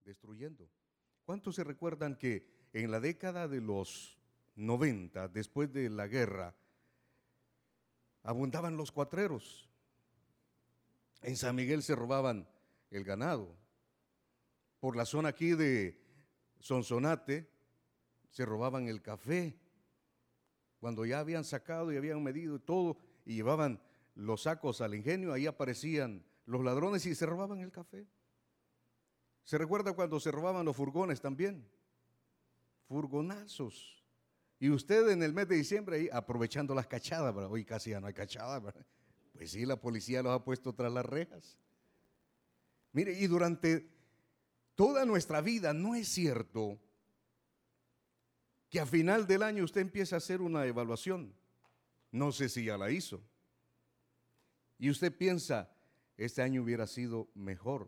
destruyendo. ¿Cuántos se recuerdan que en la década de los 90, después de la guerra, abundaban los cuatreros? En San Miguel se robaban el ganado. Por la zona aquí de Sonsonate se robaban el café. Cuando ya habían sacado y habían medido todo y llevaban los sacos al ingenio, ahí aparecían los ladrones y se robaban el café. ¿Se recuerda cuando se robaban los furgones también? Furgonazos. Y usted en el mes de diciembre ahí aprovechando las cachadas, ¿verdad? Hoy casi ya no hay cachadas, ¿verdad? Pues sí, la policía los ha puesto tras las rejas. Mire, y durante toda nuestra vida, ¿no es cierto que a final del año usted empieza a hacer una evaluación? No sé si ya la hizo. Y usted piensa, este año hubiera sido mejor.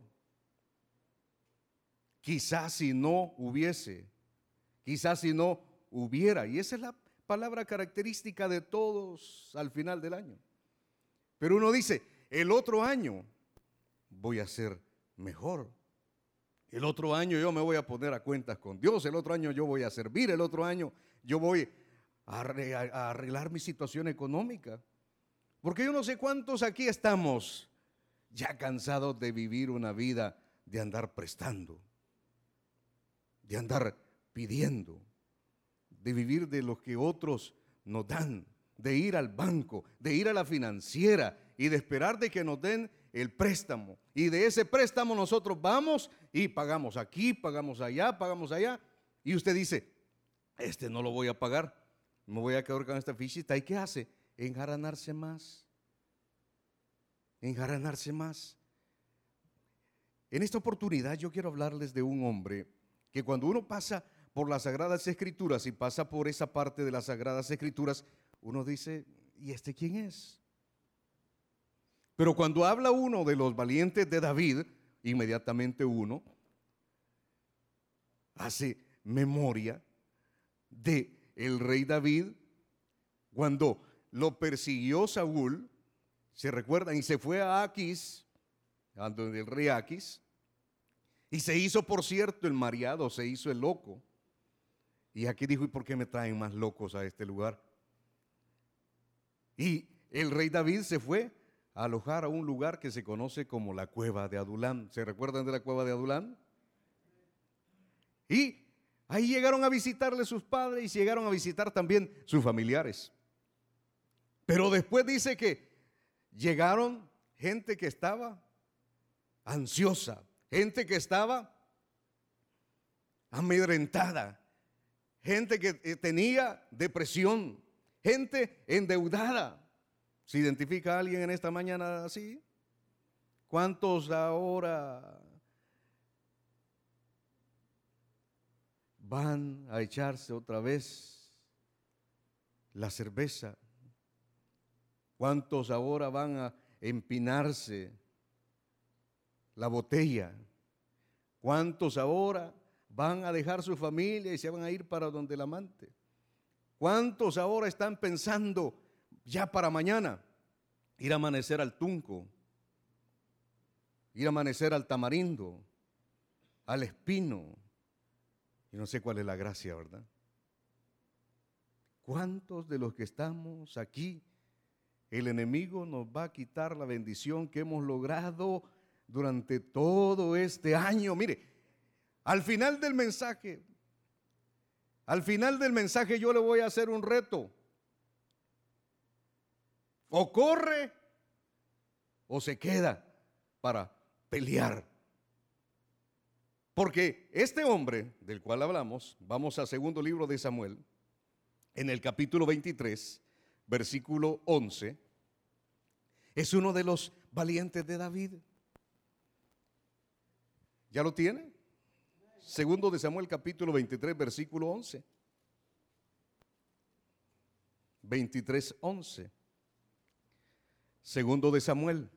Quizás si no hubiese, quizás si no hubiera. Y esa es la palabra característica de todos al final del año. Pero uno dice, el otro año voy a ser mejor. El otro año yo me voy a poner a cuentas con Dios. El otro año yo voy a servir. El otro año yo voy a arreglar mi situación económica. Porque yo no sé cuántos aquí estamos ya cansados de vivir una vida de andar prestando, de andar pidiendo, de vivir de lo que otros nos dan, de ir al banco, de ir a la financiera y de esperar de que nos den el préstamo. Y de ese préstamo nosotros vamos y pagamos aquí, pagamos allá, pagamos allá. Y usted dice, este no lo voy a pagar, me voy a quedar con esta fichita. ¿Y qué hace? Enjaranarse más. Enjaranarse más. En esta oportunidad yo quiero hablarles de un hombre que cuando uno pasa por las Sagradas Escrituras y pasa por esa parte de las Sagradas Escrituras, uno dice, ¿y este quién es? Pero cuando habla uno de los valientes de David, inmediatamente uno hace memoria de el rey David cuando lo persiguió Saúl. ¿Se recuerdan? Y se fue a Aquis, a donde el rey Aquis, y se hizo, por cierto, el mareado, se hizo el loco. Y aquí dijo, ¿y por qué me traen más locos a este lugar? Y el rey David se fue a alojar a un lugar que se conoce como la cueva de Adulám. ¿Se recuerdan de la cueva de Adulám? Y ahí llegaron a visitarle sus padres y llegaron a visitar también sus familiares. Pero después dice que llegaron gente que estaba ansiosa, gente que estaba amedrentada, gente que tenía depresión, gente endeudada. ¿Se identifica a alguien en esta mañana así? ¿Cuántos ahora van a echarse otra vez la cerveza? ¿Cuántos ahora van a empinarse la botella? ¿Cuántos ahora van a dejar su familia y se van a ir para donde el amante? ¿Cuántos ahora están pensando ya para mañana ir a amanecer al Tunco, ir a amanecer al Tamarindo, al Espino? Y no sé cuál es la gracia, ¿verdad? ¿Cuántos de los que estamos aquí, el enemigo nos va a quitar la bendición que hemos logrado durante todo este año? Mire, al final del mensaje yo le voy a hacer un reto. O corre o se queda para pelear. Porque este hombre del cual hablamos, vamos al segundo libro de Samuel, en el capítulo 23, versículo 11, es uno de los valientes de David. ¿Ya lo tiene? Segundo de Samuel, capítulo 23, versículo 11. 23, 11. Segundo de Samuel.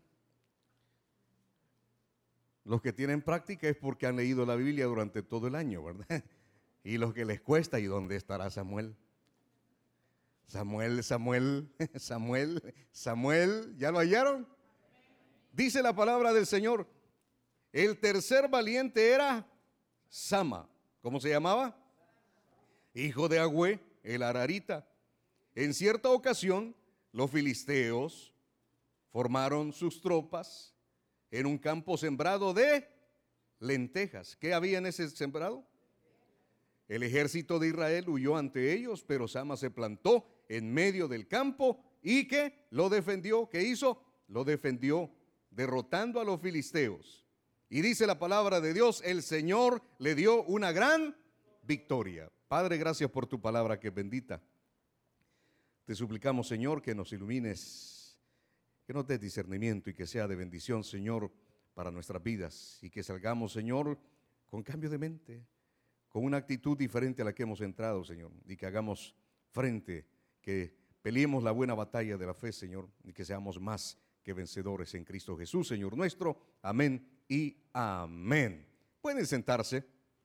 Los que tienen práctica es porque han leído la Biblia durante todo el año, ¿verdad? Y los que les cuesta, ¿y dónde estará Samuel? Samuel, Samuel, Samuel, Samuel, ¿ya lo hallaron? Dice la palabra del Señor, el tercer valiente era Sama. ¿Cómo se llamaba? Hijo de Agüé, el Ararita. En cierta ocasión, los filisteos formaron sus tropas en un campo sembrado de lentejas. ¿Qué había en ese sembrado? El ejército de Israel huyó ante ellos, pero Sama se plantó en medio del campo y que lo defendió. ¿Qué hizo? Lo defendió derrotando a los filisteos. Y dice la palabra de Dios, el Señor le dio una gran victoria. Padre, gracias por tu palabra que es bendita. Te suplicamos, Señor, que nos ilumines, que nos des discernimiento y que sea de bendición, Señor, para nuestras vidas. Y que salgamos, Señor, con cambio de mente, con una actitud diferente a la que hemos entrado, Señor. Y que hagamos frente, que peleemos la buena batalla de la fe, Señor. Y que seamos más que vencedores en Cristo Jesús, Señor nuestro. Amén y amén. Pueden sentarse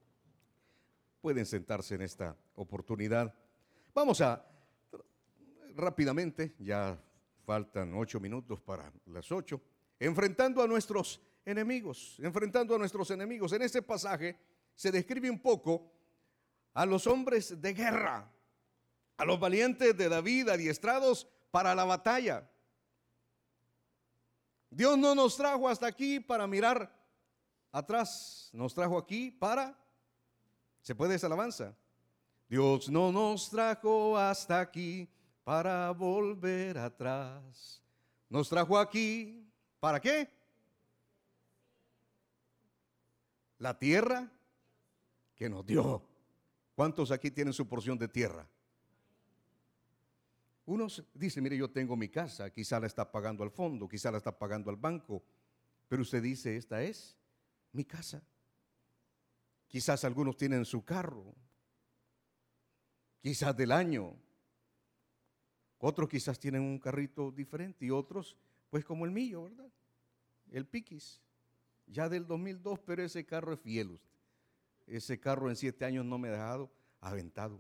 en esta oportunidad. Vamos a rápidamente, ya faltan 8 minutos para las 8, enfrentando a nuestros enemigos. En este pasaje se describe un poco a los hombres de guerra, a los valientes de David adiestrados para la batalla. Dios no nos trajo hasta aquí para mirar atrás, nos trajo aquí para, ¿se puede esa alabanza? Dios no nos trajo hasta aquí para volver atrás. Nos trajo aquí, ¿para qué? La tierra que nos dio. ¿Cuántos aquí tienen su porción de tierra? Unos dicen, mire, yo tengo mi casa, quizá la está pagando al fondo, quizá la está pagando al banco, pero usted dice, esta es mi casa. Quizás algunos tienen su carro, quizás del año. Otros quizás tienen un carrito diferente y otros, pues como el mío, ¿verdad? El Piquis, ya del 2002, pero ese carro es fiel usted. Ese carro en 7 años no me ha dejado aventado.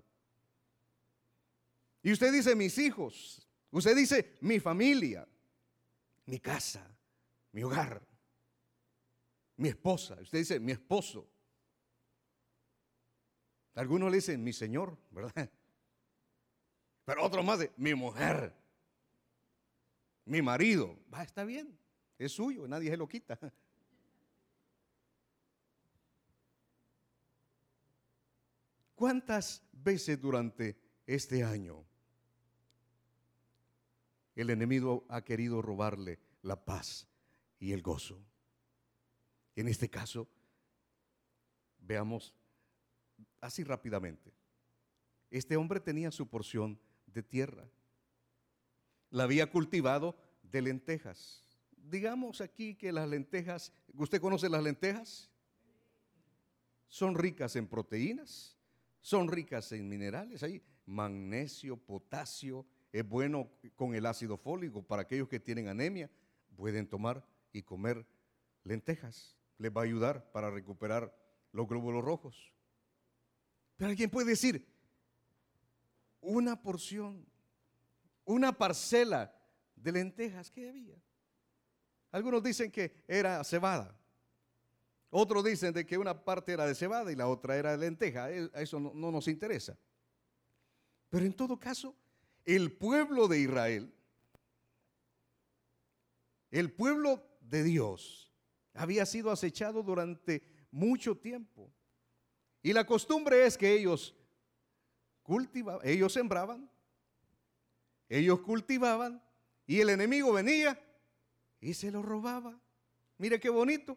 Y usted dice mis hijos, usted dice mi familia, mi casa, mi hogar, mi esposa, usted dice mi esposo. Algunos le dicen mi señor, ¿verdad? Pero otros más de mi mujer, mi marido. Va, está bien, es suyo, nadie se lo quita. ¿Cuántas veces durante este año el enemigo ha querido robarle la paz y el gozo? En este caso, veamos así rápidamente. Este hombre tenía su porción de tierra. La había cultivado de lentejas. Digamos aquí que las lentejas, ¿usted conoce las lentejas? Son ricas en proteínas, son ricas en minerales, hay magnesio, potasio, es bueno con el ácido fólico. Para aquellos que tienen anemia, pueden tomar y comer lentejas, les va a ayudar para recuperar los glóbulos rojos. Pero alguien puede decir, una porción, una parcela de lentejas, ¿qué había? Algunos dicen que era cebada, otros dicen de que una parte era de cebada y la otra era de lenteja. Eso no nos interesa. Pero en todo caso, el pueblo de Israel, el pueblo de Dios, había sido acechado durante mucho tiempo. Y la costumbre es que ellos cultivaban, ellos sembraban, ellos cultivaban y el enemigo venía y se lo robaba. Mire qué bonito.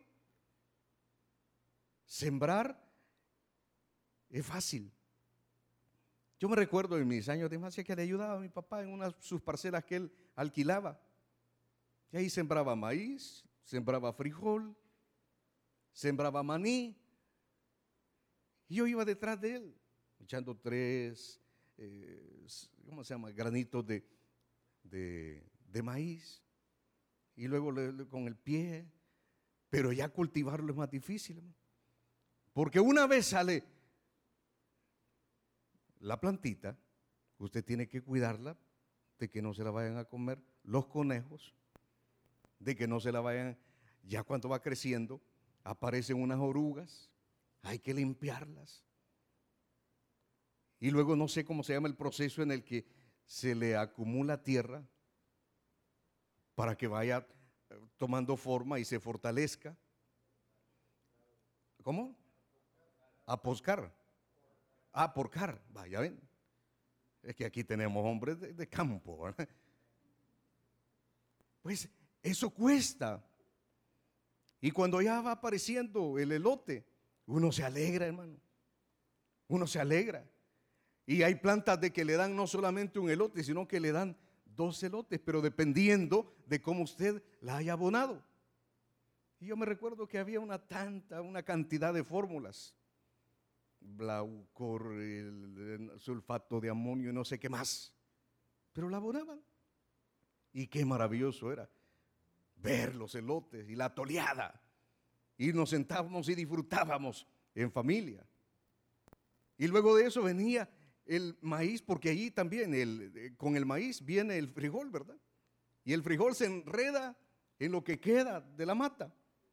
Sembrar es fácil. Yo me recuerdo en mis años de infancia que le ayudaba a mi papá en sus parcelas que él alquilaba. Y ahí sembraba maíz, sembraba frijol, sembraba maní. Y yo iba detrás de él, echando 3, ¿cómo se llama? Granitos de maíz. Y luego con el pie. Pero ya cultivarlo es más difícil, hermano. Porque una vez sale la plantita, usted tiene que cuidarla de que no se la vayan a comer los conejos, de que no se la vayan, ya cuando va creciendo, aparecen unas orugas, hay que limpiarlas. Y luego no sé cómo se llama el proceso en el que se le acumula tierra para que vaya tomando forma y se fortalezca. ¿Cómo? Aposcar. Porcar. Vaya, ven. Es que aquí tenemos hombres de campo, ¿verdad? Pues eso cuesta. Y cuando ya va apareciendo el elote, uno se alegra, hermano. Uno se alegra. Y hay plantas de que le dan no solamente un elote, sino que le dan 2 elotes, pero dependiendo de cómo usted la haya abonado. Y yo me recuerdo que había una cantidad de fórmulas. Blaucor, el sulfato de amonio y no sé qué más. Pero la abonaban. Y qué maravilloso era ver los elotes y la toleada. Y nos sentábamos y disfrutábamos en familia. Y luego de eso venía el maíz, porque allí también con el maíz viene el frijol, ¿verdad? Y el frijol se enreda en lo que queda de la mata.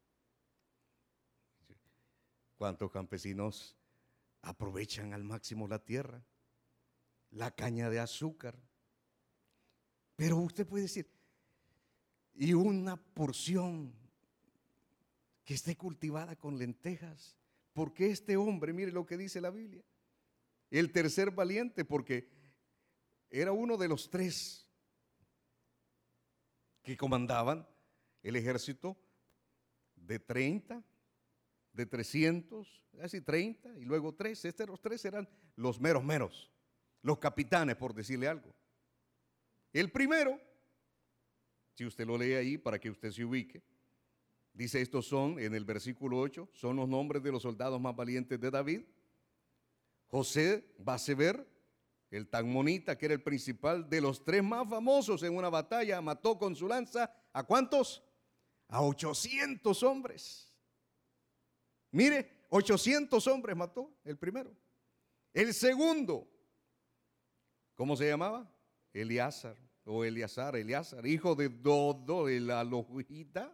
¿Cuántos campesinos aprovechan al máximo la tierra, la caña de azúcar? Pero usted puede decir, y una porción que esté cultivada con lentejas, porque este hombre, mire lo que dice la Biblia, el tercer valiente, porque era uno de los 3 que comandaban el ejército de 30, de 300, casi 30, y luego 3. Los 3 eran los meros, los capitanes, por decirle algo. El primero, si usted lo lee ahí para que usted se ubique, dice: estos son, en el versículo 8, son los nombres de los soldados más valientes de David. José Baseber, el Tagmonita, que era el principal de los 3 más famosos en una batalla, mató con su lanza, ¿a cuántos? A 800 hombres. Mire, 800 hombres mató el primero. El segundo, ¿cómo se llamaba? Eleazar, hijo de Dodo, el Ajojita,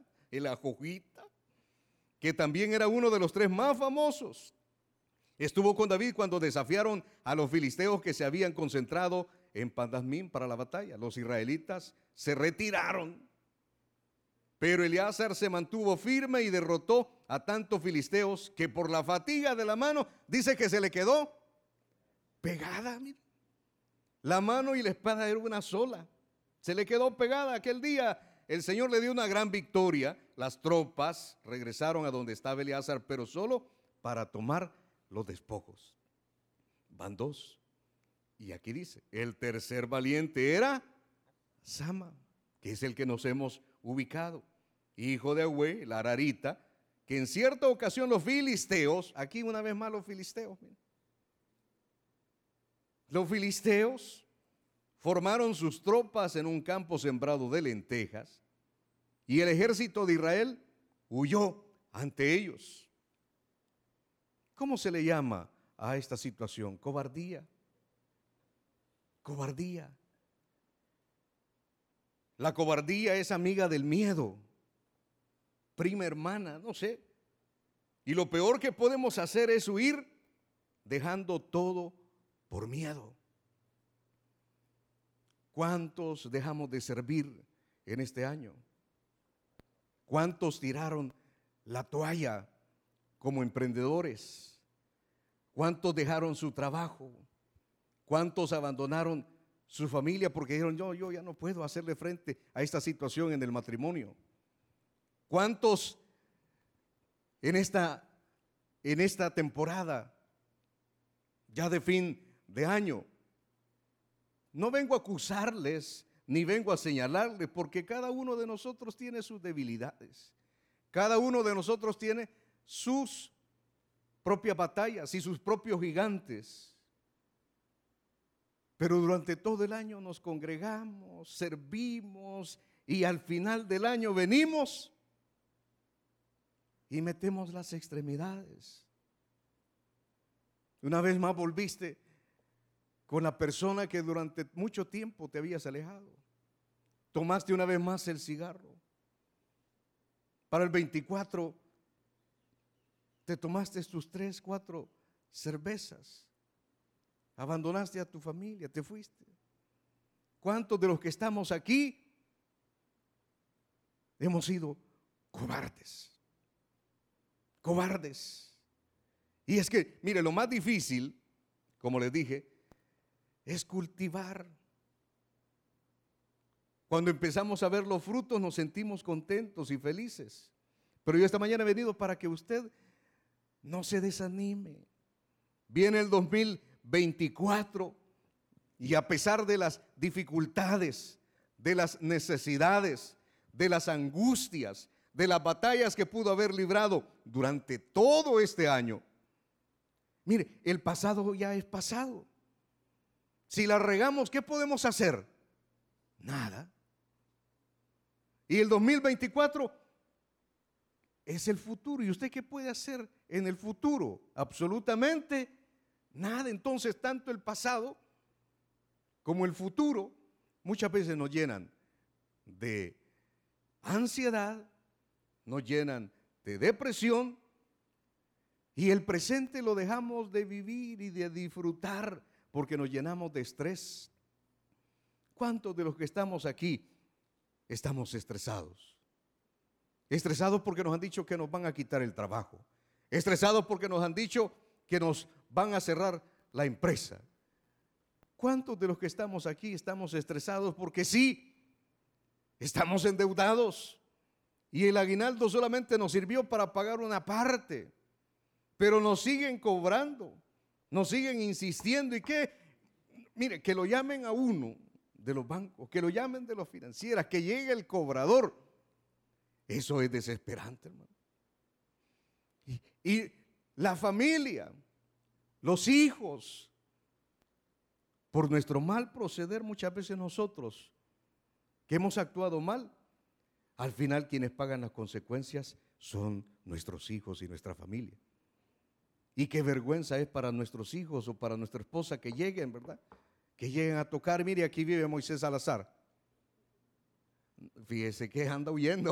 que también era uno de los 3 más famosos. Estuvo con David cuando desafiaron a los filisteos que se habían concentrado en Padasmín para la batalla. Los israelitas se retiraron, pero Eleazar se mantuvo firme y derrotó a tantos filisteos que por la fatiga de la mano, dice que se le quedó pegada. Mire. La mano y la espada era una sola. Se le quedó pegada. Aquel día el Señor le dio una gran victoria. Las tropas regresaron a donde estaba Eleazar, pero solo para tomar los despojos. Van 2. Y aquí dice, el tercer valiente era Sama, que es el que nos hemos ubicado, hijo de Agüe, la Ararita, que en cierta ocasión los filisteos, aquí una vez más los filisteos, formaron sus tropas en un campo sembrado de lentejas y el ejército de Israel huyó ante ellos. ¿Cómo se le llama a esta situación? Cobardía. Cobardía. La cobardía es amiga del miedo, prima hermana, no sé. Y lo peor que podemos hacer es huir dejando todo por miedo. ¿Cuántos dejamos de servir en este año? ¿Cuántos tiraron la toalla como emprendedores? ¿Cuántos dejaron su trabajo? ¿Cuántos abandonaron su familia porque dijeron, yo ya no puedo hacerle frente a esta situación en el matrimonio? ¿Cuántos en esta temporada ya de fin de año? No vengo a acusarles ni vengo a señalarles, porque cada uno de nosotros tiene sus debilidades. Cada uno de nosotros tiene sus propias batallas y sus propios gigantes. Pero durante todo el año nos congregamos, servimos y al final del año venimos y metemos las extremidades. Una vez más volviste con la persona que durante mucho tiempo te habías alejado. Tomaste una vez más el cigarro. Para el 24 te tomaste tus 3, 4 cervezas, abandonaste a tu familia, te fuiste. ¿Cuántos de los que estamos aquí hemos sido cobardes? Cobardes. Y es que, mire, lo más difícil, como les dije, es cultivar. Cuando empezamos a ver los frutos nos sentimos contentos y felices. Pero yo esta mañana he venido para que usted no se desanime. Viene el 2024 y a pesar de las dificultades, de las necesidades, de las angustias, de las batallas que pudo haber librado durante todo este año, mire, el pasado ya es pasado. Si la regamos, ¿qué podemos hacer? Nada. Y el 2024 es el futuro. ¿Y usted qué puede hacer en el futuro? Absolutamente nada. Entonces, tanto el pasado como el futuro muchas veces nos llenan de ansiedad, nos llenan de depresión, y el presente lo dejamos de vivir y de disfrutar porque nos llenamos de estrés. ¿Cuántos de los que estamos aquí estamos estresados? Estresados porque nos han dicho que nos van a quitar el trabajo. Estresados porque nos han dicho que nos van a cerrar la empresa. ¿Cuántos de los que estamos aquí estamos estresados porque sí, estamos endeudados y el aguinaldo solamente nos sirvió para pagar una parte, pero nos siguen cobrando, nos siguen insistiendo? Y que, mire, que lo llamen a uno de los bancos, que lo llamen de las financieras, que llegue el cobrador, eso es desesperante, hermano. Y la familia, los hijos, por nuestro mal proceder muchas veces nosotros, que hemos actuado mal, al final quienes pagan las consecuencias son nuestros hijos y nuestra familia. Y qué vergüenza es para nuestros hijos o para nuestra esposa que lleguen, ¿verdad? Que lleguen a tocar. Mire, aquí vive Moisés Salazar. Fíjese que anda huyendo.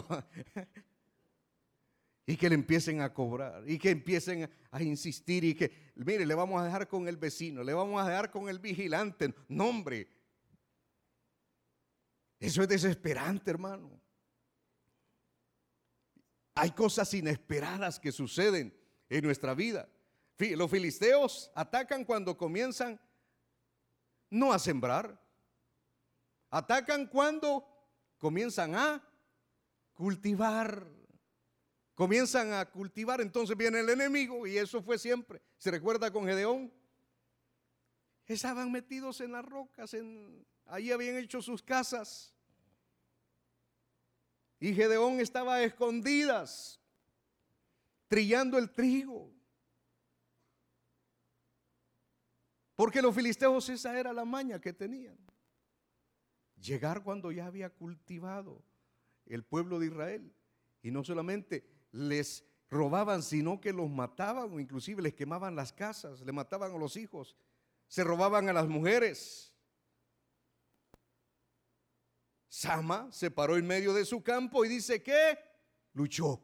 Y que le empiecen a cobrar, y que empiecen a insistir, y que, mire, le vamos a dejar con el vecino, le vamos a dejar con el vigilante. No, hombre, eso es desesperante, hermano. Hay cosas inesperadas que suceden en nuestra vida. Los filisteos atacan cuando comienzan no a sembrar, atacan cuando comienzan a cultivar. Comienzan a cultivar, entonces viene el enemigo, y eso fue siempre. ¿Se recuerda con Gedeón? Estaban metidos en las rocas, ahí habían hecho sus casas. Y Gedeón estaba a escondidas, trillando el trigo. Porque los filisteos esa era la maña que tenían. Llegar cuando ya había cultivado el pueblo de Israel. Y no solamente les robaban, sino que los mataban, o inclusive les quemaban las casas, le mataban a los hijos, se robaban a las mujeres. Sama se paró en medio de su campo y dice que luchó.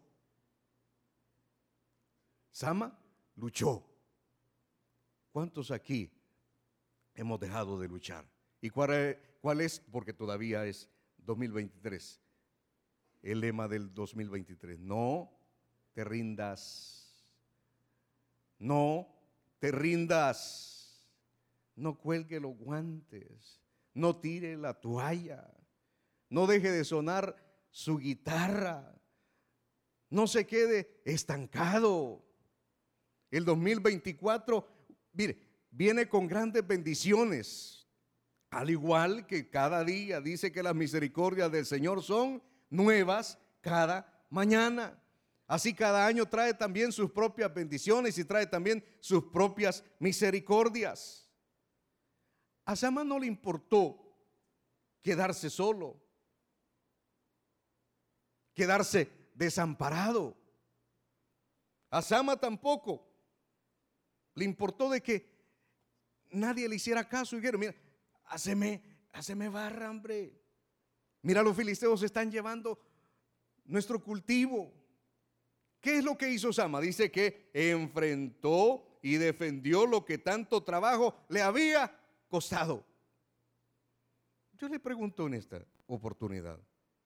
Sama luchó. ¿Cuántos aquí hemos dejado de luchar? ¿Y cuál es? Porque todavía es 2023. El lema del 2023: no te rindas, no te rindas, no cuelgue los guantes, no tire la toalla, no deje de sonar su guitarra, no se quede estancado. El 2024, mire, viene con grandes bendiciones, al igual que cada día dice que las misericordias del Señor son nuevas cada mañana. Así cada año trae también sus propias bendiciones y trae también sus propias misericordias. A Sama no le importó quedarse solo, quedarse desamparado. A Sama tampoco le importó de que nadie le hiciera caso y dijeron: mira, háceme barra, hombre. Mira, los filisteos están llevando nuestro cultivo. ¿Qué es lo que hizo Sama? Dice que enfrentó y defendió lo que tanto trabajo le había costado. Yo le pregunto en esta oportunidad,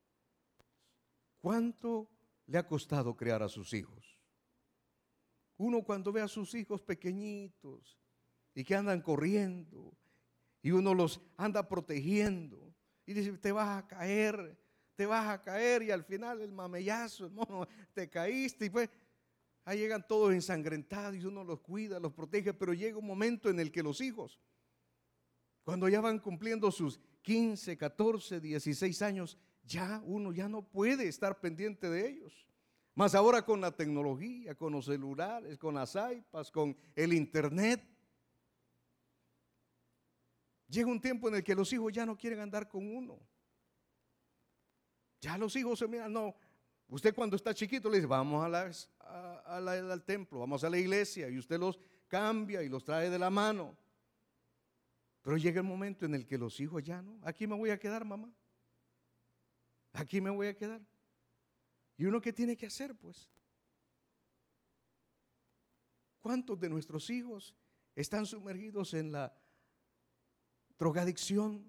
¿cuánto le ha costado criar a sus hijos? Uno cuando ve a sus hijos pequeñitos y que andan corriendo y uno los anda protegiendo y dice, te vas a caer y al final el mamellazo, hermano, te caíste y pues ahí llegan todos ensangrentados y uno los cuida, los protege, pero llega un momento en el que los hijos, cuando ya van cumpliendo sus 15, 14, 16 años, uno ya no puede estar pendiente de ellos. Más ahora con la tecnología, con los celulares, con las iPads, con el internet. Llega un tiempo en el que los hijos ya no quieren andar con uno. Ya los hijos se miran, no. Usted cuando está chiquito le dice, vamos al templo, vamos a la iglesia, y usted los cambia y los trae de la mano. Pero llega el momento en el que los hijos ya no. Aquí me voy a quedar, mamá. Aquí me voy a quedar. ¿Y uno qué tiene que hacer, pues? ¿Cuántos de nuestros hijos están sumergidos en la drogadicción?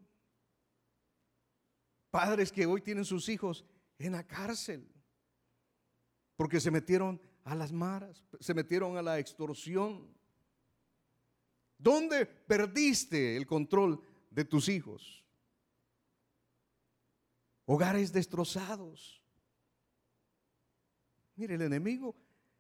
Padres que hoy tienen sus hijos en la cárcel porque se metieron a las maras, se metieron a la extorsión. ¿Dónde perdiste el control de tus hijos? Hogares destrozados. Mire, el enemigo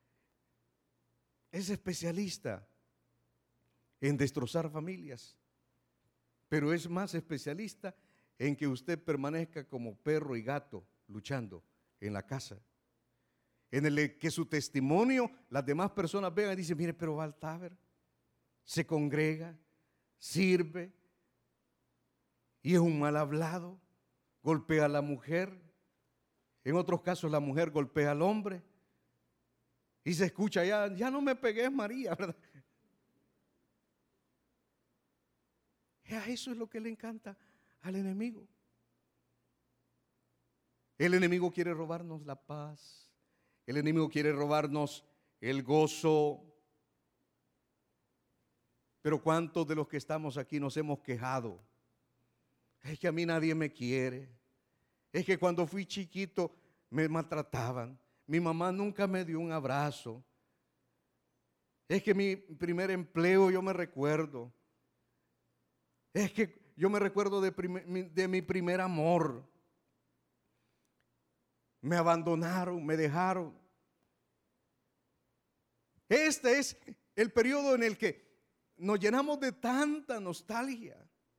es especialista en destrozar familias, pero es más especialista en que usted permanezca como perro y gato luchando en la casa, en el que su testimonio las demás personas vean y dicen, mire, pero va al Taber, se congrega, sirve y es un mal hablado, golpea a la mujer, en otros casos la mujer golpea al hombre y se escucha ya no me pegues, María, ¿verdad? Eso es lo que le encanta al enemigo. El enemigo quiere robarnos la paz, el enemigo quiere robarnos el gozo. Pero ¿cuántos de los que estamos aquí nos hemos quejado? Es que a mí nadie me quiere. Es que cuando fui chiquito me maltrataban. Mi mamá nunca me dio un abrazo. Es que mi primer empleo yo me recuerdo. Es que yo me recuerdo de mi primer amor. Me abandonaron, me dejaron. Este es el periodo en el que nos llenamos de tanta nostalgia.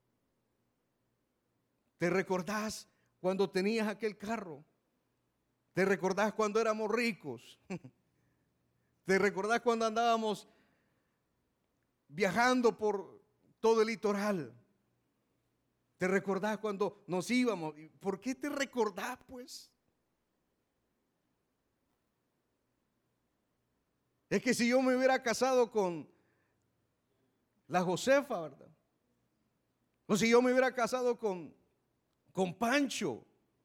¿Te recordás cuando tenías aquel carro? ¿Te recordás cuando éramos ricos? ¿Te recordás cuando andábamos viajando por todo el litoral? ¿Te recordás cuando nos íbamos? ¿Por qué te recordás, pues? Es que si yo me hubiera casado con la Josefa, ¿verdad? O si yo me hubiera casado con Pancho,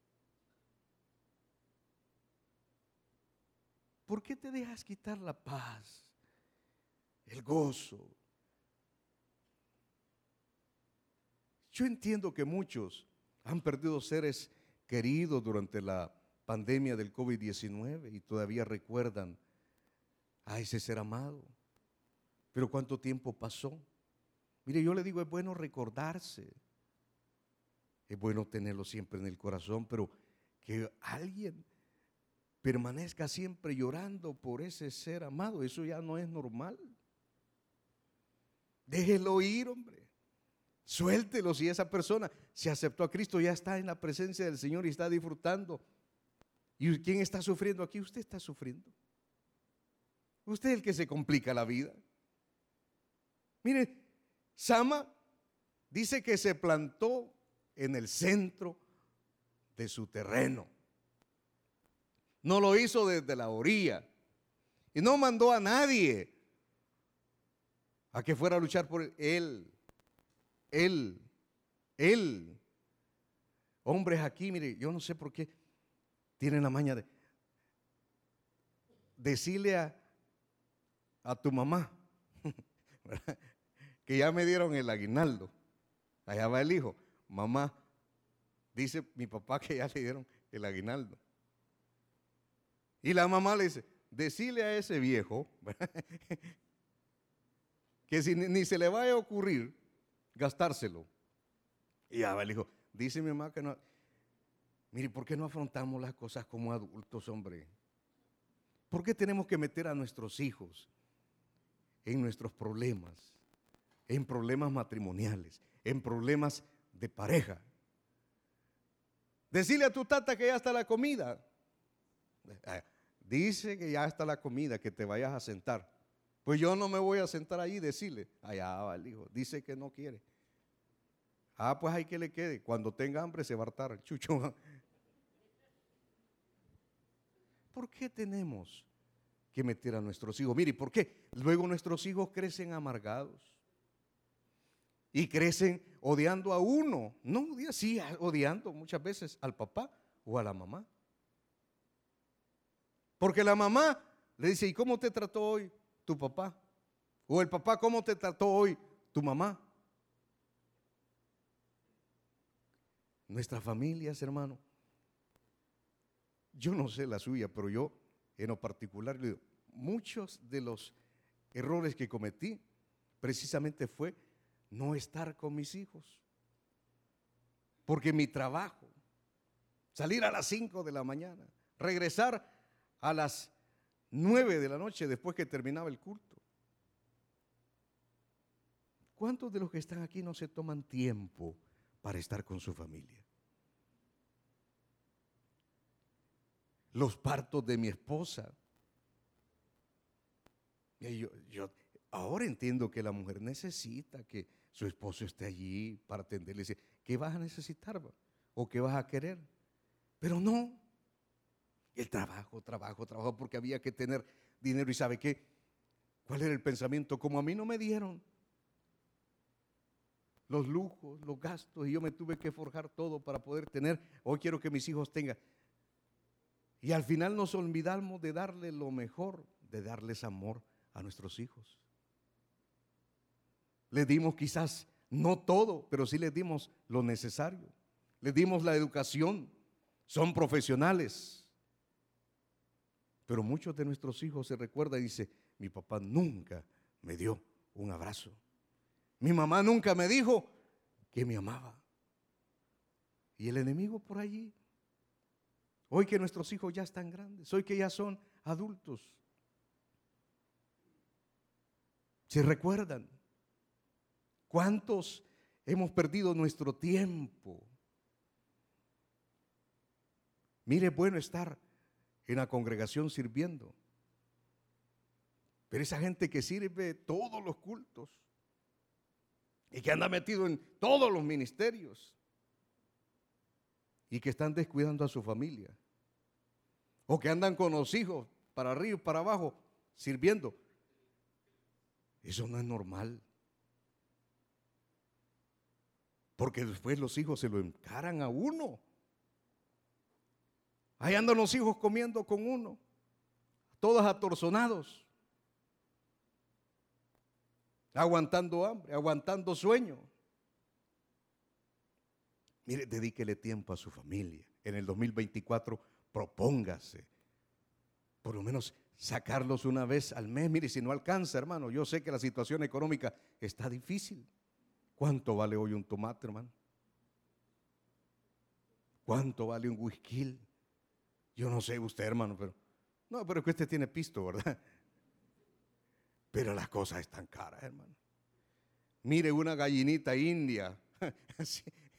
¿por qué te dejas quitar la paz, el gozo? Yo entiendo que muchos han perdido seres queridos durante la pandemia del COVID-19 y todavía recuerdan a ese ser amado. Pero ¿cuánto tiempo pasó? Mire, yo le digo, es bueno recordarse, es bueno tenerlo siempre en el corazón, pero que alguien permanezca siempre llorando por ese ser amado, eso ya no es normal. Déjelo ir, hombre. Suéltelo. Si esa persona se aceptó a Cristo, ya está en la presencia del Señor y está disfrutando. ¿Y quién está sufriendo aquí? Usted está sufriendo. Usted es el que se complica la vida. Mire, Sama dice que se plantó en el centro de su terreno. No lo hizo desde la orilla. Y no mandó a nadie a que fuera a luchar por él. Hombres aquí, mire, yo no sé por qué tienen la maña de decirle a tu mamá, ¿verdad?, que ya me dieron el aguinaldo. Allá va el hijo. Mamá, dice mi papá que ya le dieron el aguinaldo. Y la mamá le dice, decirle a ese viejo, ¿verdad?, que si ni se le vaya a ocurrir gastárselo. Y ya va el hijo. Dice mi mamá que no. Mire, ¿por qué no afrontamos las cosas como adultos, hombre? ¿Por qué tenemos que meter a nuestros hijos en nuestros problemas? En problemas matrimoniales, en problemas de pareja. Decirle a tu tata que ya está la comida. Dice que ya está la comida, que te vayas a sentar. Pues yo no me voy a sentar ahí, decirle. Allá va el hijo, dice que no quiere. Pues hay que le quede. Cuando tenga hambre se va a hartar el chucho. ¿Por qué tenemos que meter a nuestros hijos? Mire, ¿por qué? Luego nuestros hijos crecen amargados. Y crecen odiando a uno. No, sí, odiando muchas veces al papá o a la mamá. Porque la mamá le dice, ¿y cómo te trató hoy tu papá? O el papá, ¿cómo te trató hoy tu mamá? Nuestras familias, hermano. Yo no sé la suya, pero yo en lo particular, muchos de los errores que cometí precisamente fue no estar con mis hijos. Porque mi trabajo, salir a las 5 de la mañana, regresar a las 9 de la noche después que terminaba el culto. ¿Cuántos de los que están aquí no se toman tiempo para estar con su familia? Los partos de mi esposa. Yo ahora entiendo que la mujer necesita que su esposo esté allí para atenderle. Dice, ¿qué vas a necesitar? ¿O qué vas a querer? Pero no. El trabajo, porque había que tener dinero. ¿Y sabe qué? ¿Cuál era el pensamiento? Como a mí no me dieron los lujos, los gastos, y yo me tuve que forjar todo para poder tener, hoy quiero que mis hijos tengan. Y al final nos olvidamos de darle lo mejor, de darles amor a nuestros hijos. Les dimos quizás no todo, pero sí les dimos lo necesario. Les dimos la educación, son profesionales. Pero muchos de nuestros hijos se recuerdan y dicen, mi papá nunca me dio un abrazo. Mi mamá nunca me dijo que me amaba. Y el enemigo por allí. Hoy que nuestros hijos ya están grandes, hoy que ya son adultos, ¿se recuerdan? ¿Cuántos hemos perdido nuestro tiempo? Mire, es bueno estar en la congregación sirviendo, pero esa gente que sirve todos los cultos y que anda metido en todos los ministerios y que están descuidando a su familia, o que andan con los hijos para arriba y para abajo sirviendo, eso no es normal. Porque después los hijos se lo encaran a uno. Ahí andan los hijos comiendo con uno, todos atorzonados, aguantando hambre, aguantando sueño. Mire, dedíquele tiempo a su familia. En el 2024, propóngase, por lo menos sacarlos una vez al mes. Mire, si no alcanza, hermano, yo sé que la situación económica está difícil. ¿Cuánto vale hoy un tomate, hermano? ¿Cuánto vale un whisky? Yo no sé usted, hermano, pero es que usted tiene pisto, ¿verdad? Pero las cosas están caras, hermano. Mire, una gallinita india, sí,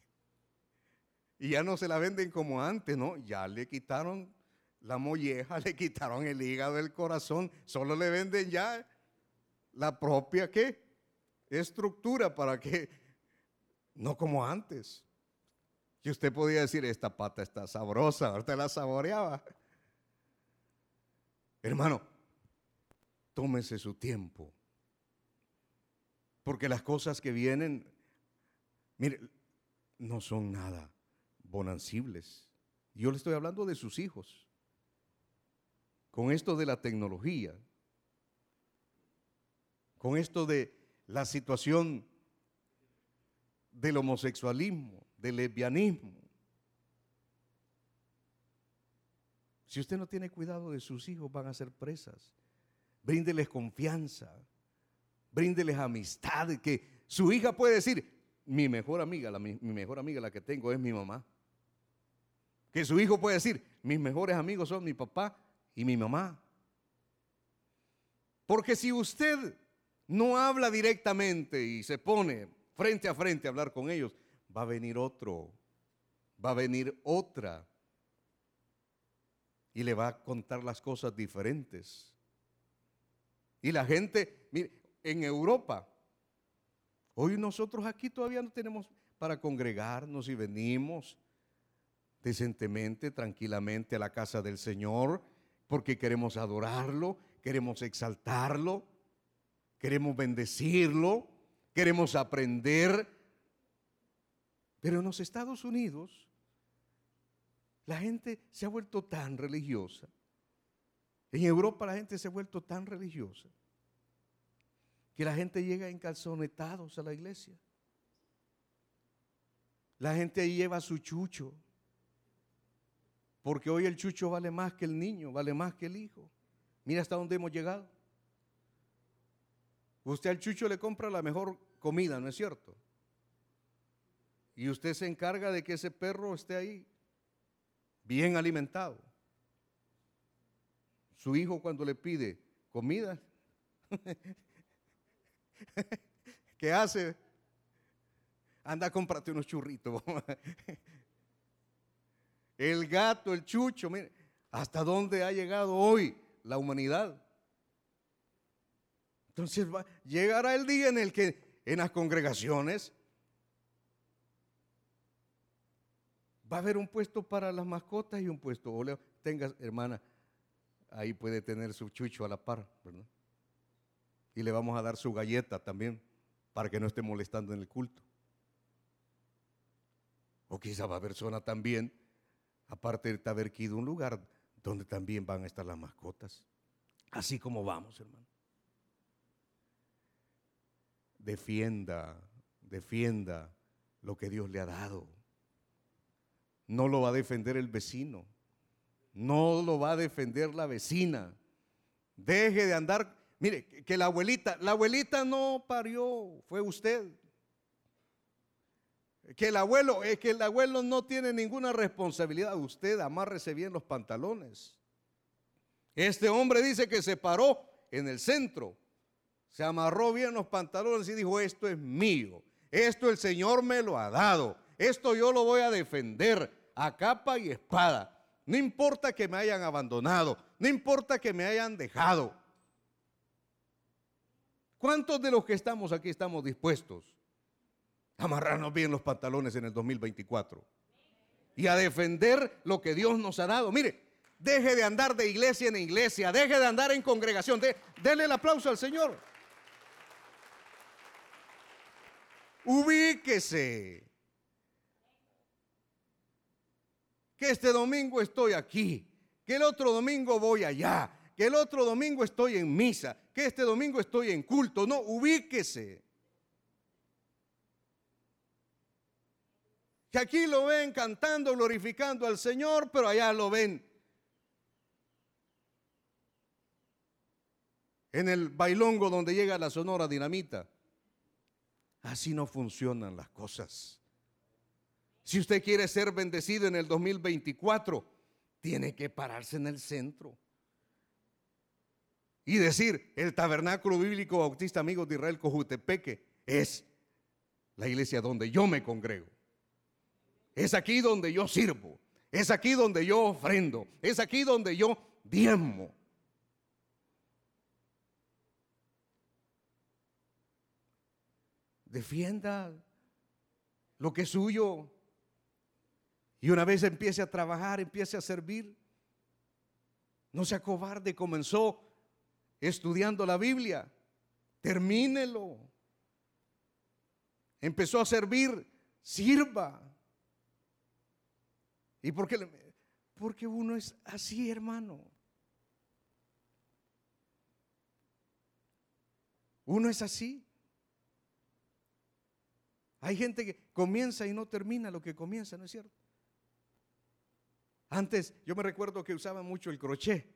y ya no se la venden como antes, ¿no? Ya le quitaron la molleja, le quitaron el hígado, el corazón, solo le venden ya la propia, ¿qué? Estructura para que, no como antes. Y usted podía decir, esta pata está sabrosa, ahorita la saboreaba. Hermano, tómese su tiempo, porque las cosas que vienen, mire, no son nada bonancibles. Yo le estoy hablando de sus hijos. con esto de la tecnología, con esto de la situación del homosexualismo, del lesbianismo. Si usted no tiene cuidado de sus hijos, van a ser presas. Bríndeles confianza, bríndeles amistad, que su hija puede decir, mi mejor amiga, mi mejor amiga la que tengo es mi mamá. Que su hijo puede decir, mis mejores amigos son mi papá y mi mamá. Porque si usted no habla directamente y se pone frente a frente a hablar con ellos, va a venir otro, va a venir otra y le va a contar las cosas diferentes. Y la gente, mire, en Europa, hoy nosotros aquí todavía no tenemos para congregarnos y venimos decentemente, tranquilamente a la casa del Señor, porque queremos adorarlo, queremos exaltarlo, queremos bendecirlo, queremos aprender. Pero en los Estados Unidos, la gente se ha vuelto tan religiosa. En Europa la gente se ha vuelto tan religiosa que la gente llega encalzonetados a la iglesia. La gente ahí lleva su chucho, porque hoy el chucho vale más que el niño, vale más que el hijo. Mira hasta dónde hemos llegado. Usted al chucho le compra la mejor comida, ¿no es cierto? Y usted se encarga de que ese perro esté ahí, bien alimentado. Su hijo cuando le pide comida, ¿qué hace? Anda, cómprate unos churritos. El gato, el chucho, mire, hasta dónde ha llegado hoy la humanidad. Entonces llegará el día en el que en las congregaciones va a haber un puesto para las mascotas y un puesto, o tenga, hermana, ahí puede tener su chucho a la par, ¿verdad? Y le vamos a dar su galleta también para que no esté molestando en el culto. O quizá va a haber zona también, aparte del taberquido, un lugar donde también van a estar las mascotas. Así como vamos, hermano. Defienda lo que Dios le ha dado. No lo va a defender el vecino, no lo va a defender la vecina. Deje de andar, mire, que la abuelita no parió, fue usted. Que el abuelo no tiene ninguna responsabilidad. Usted amárrese bien los pantalones. Este hombre dice que se paró en el centro, se amarró bien los pantalones y dijo, esto es mío, esto el Señor me lo ha dado, esto yo lo voy a defender a capa y espada. No importa que me hayan abandonado, no importa que me hayan dejado. ¿Cuántos de los que estamos aquí estamos dispuestos a amarrarnos bien los pantalones en el 2024 y a defender lo que Dios nos ha dado? Mire, deje de andar de iglesia en iglesia, deje de andar en congregación, dele el aplauso al Señor. Ubíquese. Que este domingo estoy aquí, que el otro domingo voy allá, que el otro domingo estoy en misa, que este domingo estoy en culto. No, ubíquese. Que aquí lo ven cantando, glorificando al Señor, pero allá lo ven en el bailongo donde llega la Sonora Dinamita. Así no funcionan las cosas. Si usted quiere ser bendecido en el 2024, tiene que pararse en el centro y decir, el Tabernáculo Bíblico Bautista Amigos de Israel Cojutepeque es la iglesia donde yo me congrego. Es aquí donde yo sirvo, es aquí donde yo ofrendo, es aquí donde yo diezmo. Defienda lo que es suyo. Y una vez empiece a trabajar, empiece a servir, no sea cobarde. Comenzó estudiando la Biblia, termínelo. Empezó a servir, sirva. ¿Y por qué? Porque uno es así, hermano. Uno es así. Hay gente que comienza y no termina lo que comienza, ¿no es cierto? Antes yo me recuerdo que usaba mucho el crochet.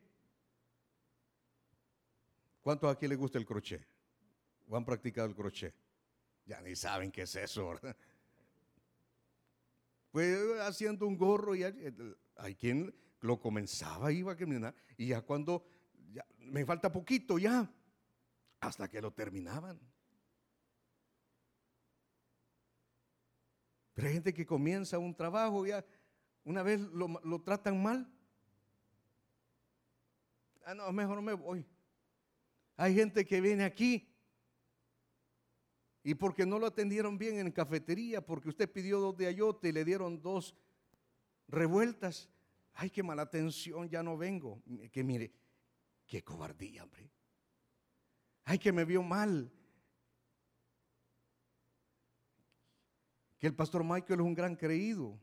¿Cuántos aquí les gusta el crochet? ¿O han practicado el crochet? Ya ni saben qué es eso, ¿verdad? Pues haciendo un gorro y hay quien lo comenzaba, iba a caminar y ya cuando ya, me falta poquito ya, hasta que lo terminaban. Pero hay gente que comienza un trabajo ya, una vez lo tratan mal. Ah, no, mejor no me voy. Hay gente que viene aquí y porque no lo atendieron bien en cafetería, porque usted pidió 2 de ayote y le dieron 2 revueltas. Ay, qué mala atención, ya no vengo. Que mire, qué cobardía, hombre. Ay, que me vio mal. Que el pastor Michael es un gran creído.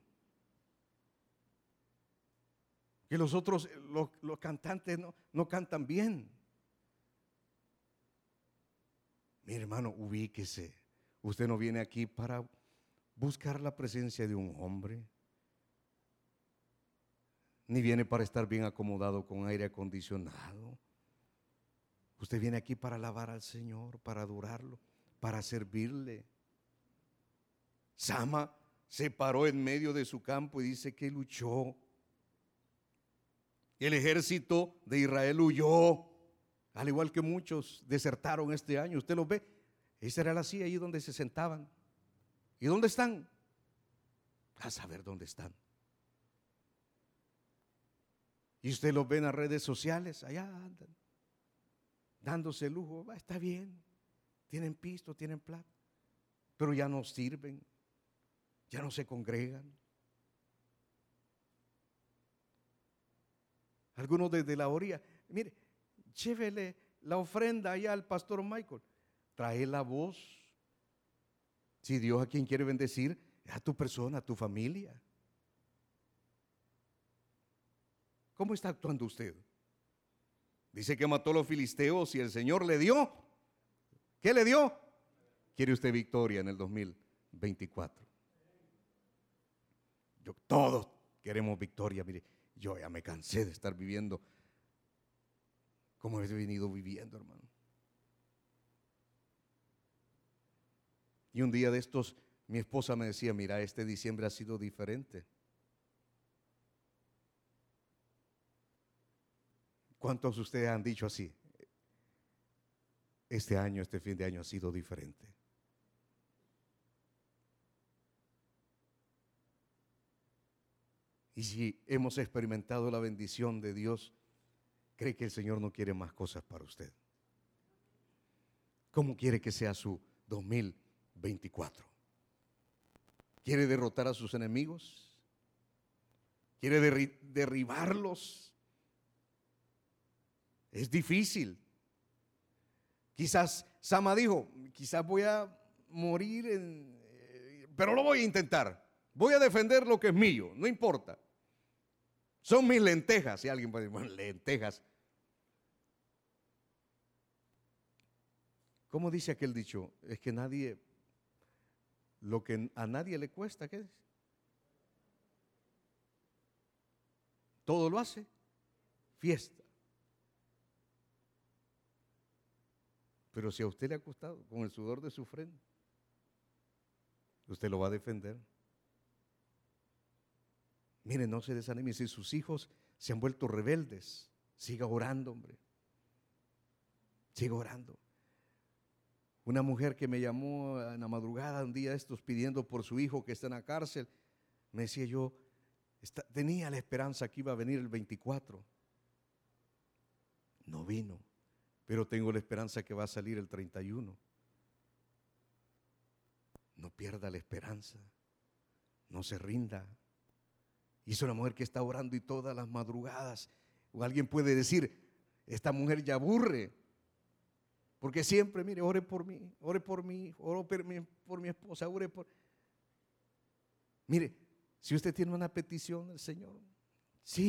Que los otros, los cantantes no cantan bien. Mi hermano, ubíquese. Usted no viene aquí para buscar la presencia de un hombre, ni viene para estar bien acomodado con aire acondicionado. Usted viene aquí para alabar al Señor, para adorarlo, para servirle. Sama se paró en medio de su campo y dice que luchó. El ejército de Israel huyó, al igual que muchos desertaron este año. Usted los ve, esa era la silla ahí donde se sentaban. ¿Y dónde están? A saber dónde están. Y usted los ve en las redes sociales, allá andan, dándose lujo. Está bien, tienen pisto, tienen plata, pero ya no sirven, ya no se congregan. Algunos desde la orilla, mire, llévele la ofrenda allá al pastor Michael, trae la voz. Si Dios a quien quiere bendecir, es a tu persona, a tu familia. ¿Cómo está actuando usted? Dice que mató a los filisteos y el Señor le dio. ¿Qué le dio? ¿Quiere usted victoria en el 2024? Todos queremos victoria. Mire, yo ya me cansé de estar viviendo como he venido viviendo, hermano. Y un día de estos, mi esposa me decía, mira, este diciembre ha sido diferente. ¿Cuántos de ustedes han dicho así? Este año, este fin de año ha sido diferente. Y si hemos experimentado la bendición de Dios, ¿cree que el Señor no quiere más cosas para usted? ¿Cómo quiere que sea su 2024? ¿Quiere derrotar a sus enemigos? ¿Quiere derribarlos? Es difícil. Quizás Sama dijo, quizás voy a morir, pero lo voy a intentar. Voy a defender lo que es mío, no importa. Son mis lentejas. Si alguien puede decir, bueno, lentejas. ¿Cómo dice aquel dicho? Es que lo que a nadie le cuesta, ¿qué es? Todo lo hace fiesta. Pero si a usted le ha costado con el sudor de su frente, usted lo va a defender. Mire, no se desanime. Si sus hijos se han vuelto rebeldes, siga orando, hombre. Siga orando. Una mujer que me llamó en la madrugada un día de estos pidiendo por su hijo que está en la cárcel, me decía yo, tenía la esperanza que iba a venir el 24. No vino, pero tengo la esperanza que va a salir el 31. No pierda la esperanza, no se rinda. Y es una mujer que está orando y todas las madrugadas. O alguien puede decir, esta mujer ya aburre. Porque siempre, mire, ore por mí, ore por mí, ore por mi esposa, ore por... Mire, si usted tiene una petición del Señor,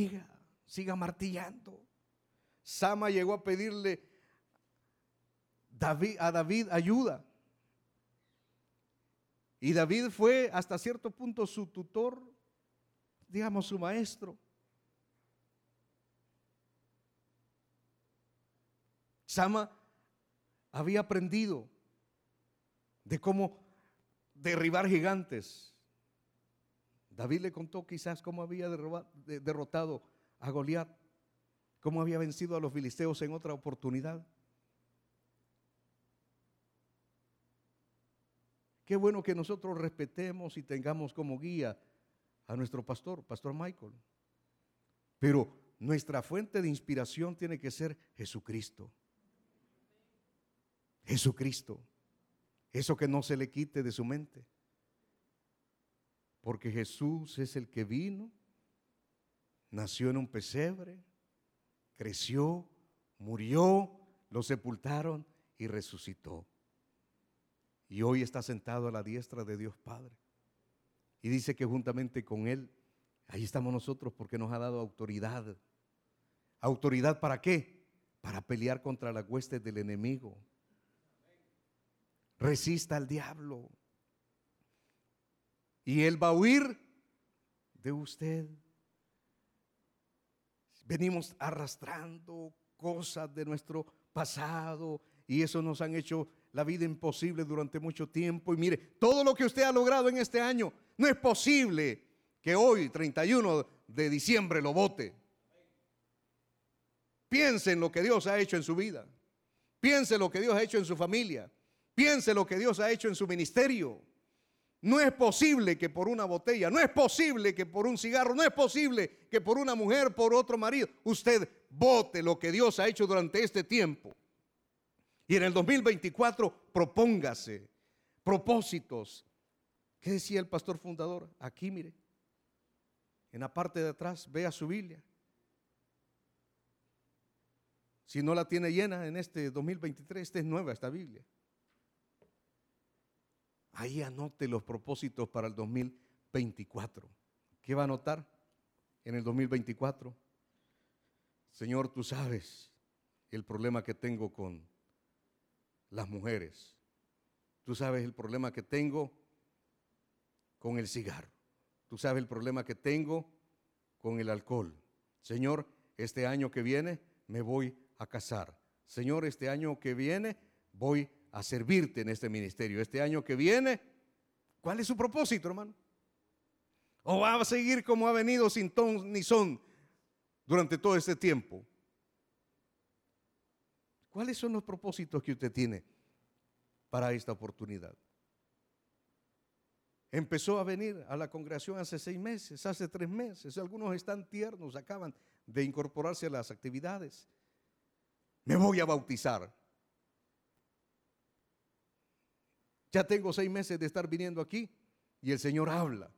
siga martillando. Sama llegó a pedirle a David ayuda. Y David fue hasta cierto punto su tutor, digamos su maestro. Sama había aprendido de cómo derribar gigantes. David le contó quizás cómo había derrotado a Goliat, cómo había vencido a los filisteos en otra oportunidad. Qué bueno que nosotros respetemos y tengamos como guía a nuestro pastor, Pastor Michael. Pero nuestra fuente de inspiración tiene que ser Jesucristo. Jesucristo. Eso que no se le quite de su mente. Porque Jesús es el que vino, nació en un pesebre, creció, murió, lo sepultaron y resucitó. Y hoy está sentado a la diestra de Dios Padre. Y dice que juntamente con Él, ahí estamos nosotros porque nos ha dado autoridad. ¿Autoridad para qué? Para pelear contra las huestes del enemigo. Resista al diablo. Y Él va a huir de usted. Venimos arrastrando cosas de nuestro pasado y eso nos han hecho la vida imposible durante mucho tiempo. Y mire, todo lo que usted ha logrado en este año, no es posible que hoy, 31 de diciembre, lo bote. Piense en lo que Dios ha hecho en su vida. Piense en lo que Dios ha hecho en su familia. Piense en lo que Dios ha hecho en su ministerio. No es posible que por una botella, no es posible que por un cigarro, no es posible que por una mujer, por otro marido, usted bote lo que Dios ha hecho durante este tiempo. Y en el 2024 propóngase propósitos. ¿Qué decía el pastor fundador? Aquí mire, en la parte de atrás, vea su Biblia. Si no la tiene llena en este 2023, esta es nueva esta Biblia. Ahí anote los propósitos para el 2024. ¿Qué va a anotar en el 2024? Señor, tú sabes el problema que tengo con las mujeres. Tú sabes el problema que tengo con el cigarro. Tú sabes el problema que tengo con el alcohol. Señor, este año que viene me voy a casar. Señor, este año que viene voy a servirte en este ministerio. Este año que viene, ¿cuál es su propósito, hermano? ¿O va a seguir como ha venido sin ton ni son durante todo este tiempo? ¿Cuáles son los propósitos que usted tiene para esta oportunidad? Empezó a venir a la congregación hace 6 meses, hace 3 meses. Algunos están tiernos, acaban de incorporarse a las actividades. Me voy a bautizar. Ya tengo 6 meses de estar viniendo aquí y el Señor habla.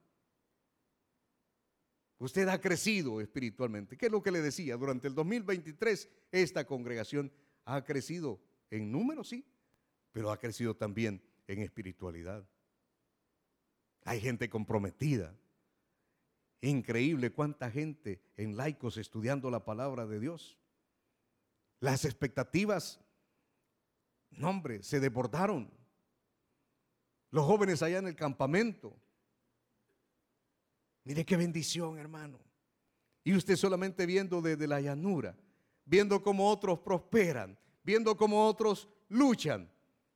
Usted ha crecido espiritualmente. ¿Qué es lo que le decía? Durante el 2023 esta congregación ha crecido en número, sí, pero ha crecido también en espiritualidad. Hay gente comprometida. Increíble cuánta gente en laicos estudiando la palabra de Dios. Las expectativas, no hombre, se desbordaron. Los jóvenes allá en el campamento. Mire qué bendición, hermano. Y usted solamente viendo desde la llanura, viendo cómo otros prosperan, viendo cómo otros luchan.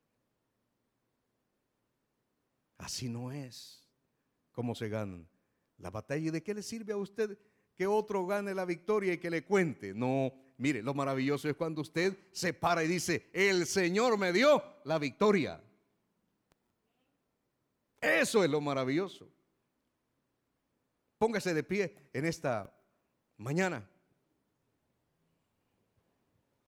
Así no es como se ganan la batalla. ¿Y de qué le sirve a usted que otro gane la victoria y que le cuente? No, mire, lo maravilloso es cuando usted se para y dice, el Señor me dio la victoria. Eso es lo maravilloso. Póngase de pie en esta mañana.